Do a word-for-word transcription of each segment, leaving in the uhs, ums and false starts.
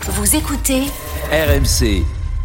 Vous écoutez R M C.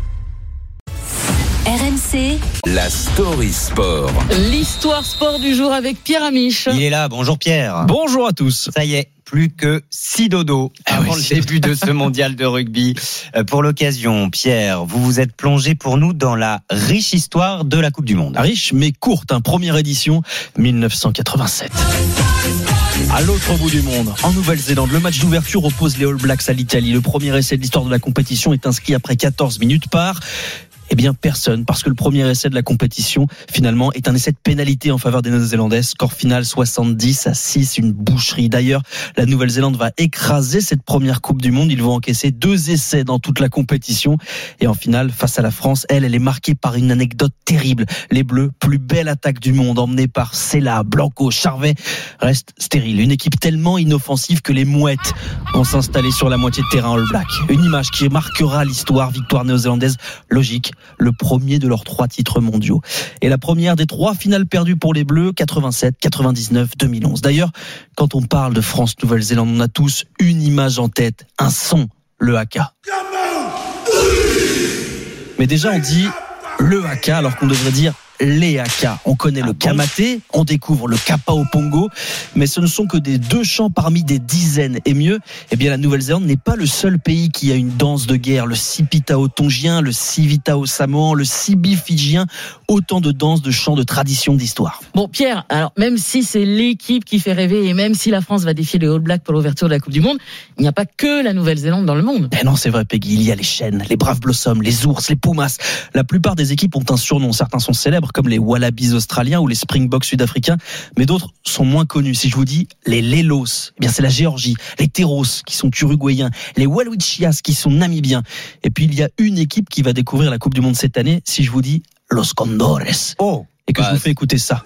R M C, La story sport. L'histoire sport du jour avec Pierre Amiche. Il est là, bonjour Pierre. Bonjour à tous. Ça y est, plus que six dodos Ah avant oui, le début de ce mondial de rugby. Euh, pour l'occasion, Pierre, vous vous êtes plongé pour nous dans la riche histoire de la Coupe du Monde. Riche mais courte, hein, première édition, dix-neuf cent quatre-vingt-sept. À l'autre bout du monde, en Nouvelle-Zélande, le match d'ouverture oppose les All Blacks à l'Italie. Le premier essai de l'histoire de la compétition est inscrit après quatorze minutes par... Eh bien, personne, parce que le premier essai de la compétition, finalement, est un essai de pénalité en faveur des Néo-Zélandais. Score final soixante-dix à six, une boucherie. D'ailleurs, la Nouvelle-Zélande va écraser cette première Coupe du Monde. Ils vont encaisser deux essais dans toute la compétition. Et en finale, face à la France, elle, elle est marquée par une anecdote terrible. Les Bleus, plus belle attaque du monde, emmenée par Sella, Blanco, Charvet, reste stérile. Une équipe tellement inoffensive que les mouettes vont s'installer sur la moitié de terrain All Black. Une image qui marquera l'histoire. Victoire néo-zélandaise, logique. Le premier de leurs trois titres mondiaux. Et la première des trois finales perdues pour les Bleus, quatre-vingt-sept, quatre-vingt-dix-neuf, deux mille onze. D'ailleurs, quand on parle de France-Nouvelle-Zélande, on a tous une image en tête, un son, le haka. Mais déjà, on dit le haka alors qu'on devrait dire les haka. On connaît ah le bon kamaté, on découvre le kapao pongo, mais ce ne sont que des deux chants parmi des dizaines. Et mieux, eh bien la Nouvelle-Zélande n'est pas le seul pays qui a une danse de guerre. Le sipitao tongien, le sivitao samoan, le sibi fidjien, autant de danses, de chants, de traditions, d'histoire. Bon Pierre, alors même si c'est l'équipe qui fait rêver et même si la France va défier les All Blacks pour l'ouverture de la Coupe du Monde, il n'y a pas que la Nouvelle-Zélande dans le monde. Eh non, c'est vrai Peggy, il y a les chênes, les braves blossoms, les ours, les pumas. La plupart des équipes ont un surnom, certains sont célèbres comme les Wallabies australiens ou les Springboks sud-africains, mais d'autres sont moins connus. Si je vous dis les Lelos, eh bien c'est la Géorgie, les Teros qui sont uruguayens, les Waluichias qui sont namibiens. Et puis il y a une équipe qui va découvrir la Coupe du Monde cette année, si je vous dis Los Condores. Oh, et que bah, je vous fais écouter ça.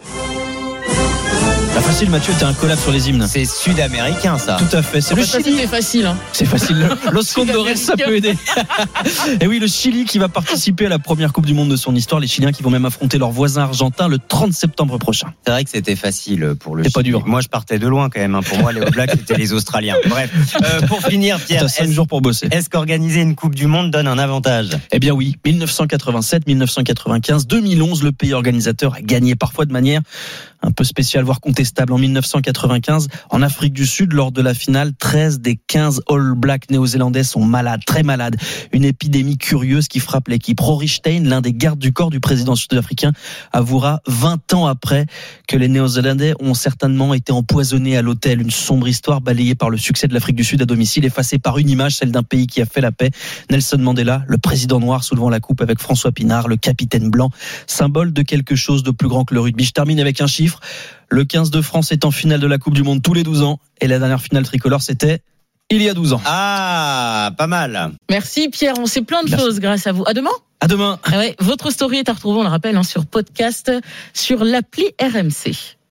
La facile, Mathieu, t'as un collab sur les hymnes. C'est sud-américain, ça. Tout à fait. C'est ah le bah Chili. Ça, c'était facile. Hein. C'est facile. Los Condores, ça peut aider. Et oui, le Chili qui va participer à la première Coupe du Monde de son histoire. Les Chiliens qui vont même affronter leurs voisins argentins le trente septembre prochain. C'est vrai que c'était facile pour le Chili. C'est pas dur. Moi, je partais de loin quand même. Hein. Pour moi, les All Blacks, c'était les Australiens. Bref. Euh, pour finir, Pierre. T'as cinq jours pour bosser. Est-ce qu'organiser une Coupe du Monde donne un avantage ? Eh bien oui. dix-neuf cent quatre-vingt-sept, dix-neuf cent quatre-vingt-quinze, deux mille onze, le pays organisateur a gagné parfois de manière un peu spéciale, voire contestable. En dix-neuf cent quatre-vingt-quinze, en Afrique du Sud, lors de la finale, treize des quinze All Blacks néo-zélandais sont malades, très malades. Une épidémie curieuse qui frappe l'équipe. Rory Stein, l'un des gardes du corps du président sud-africain, avouera vingt ans après que les néo-zélandais ont certainement été empoisonnés à l'hôtel. Une sombre histoire balayée par le succès de l'Afrique du Sud à domicile, effacée par une image, celle d'un pays qui a fait la paix. Nelson Mandela, le président noir soulevant la coupe avec François Pinard, le capitaine blanc, symbole de quelque chose de plus grand que le rugby. Je termine avec un chiffre. Le quinze de France est en finale de la Coupe du Monde tous les douze ans. Et la dernière finale tricolore, c'était il y a douze ans. Ah, pas mal. Merci Pierre, on sait plein de Merci. choses grâce à vous. À demain. À demain. Ah ouais, votre story est à retrouver, on le rappelle, hein, sur podcast, sur l'appli R M C.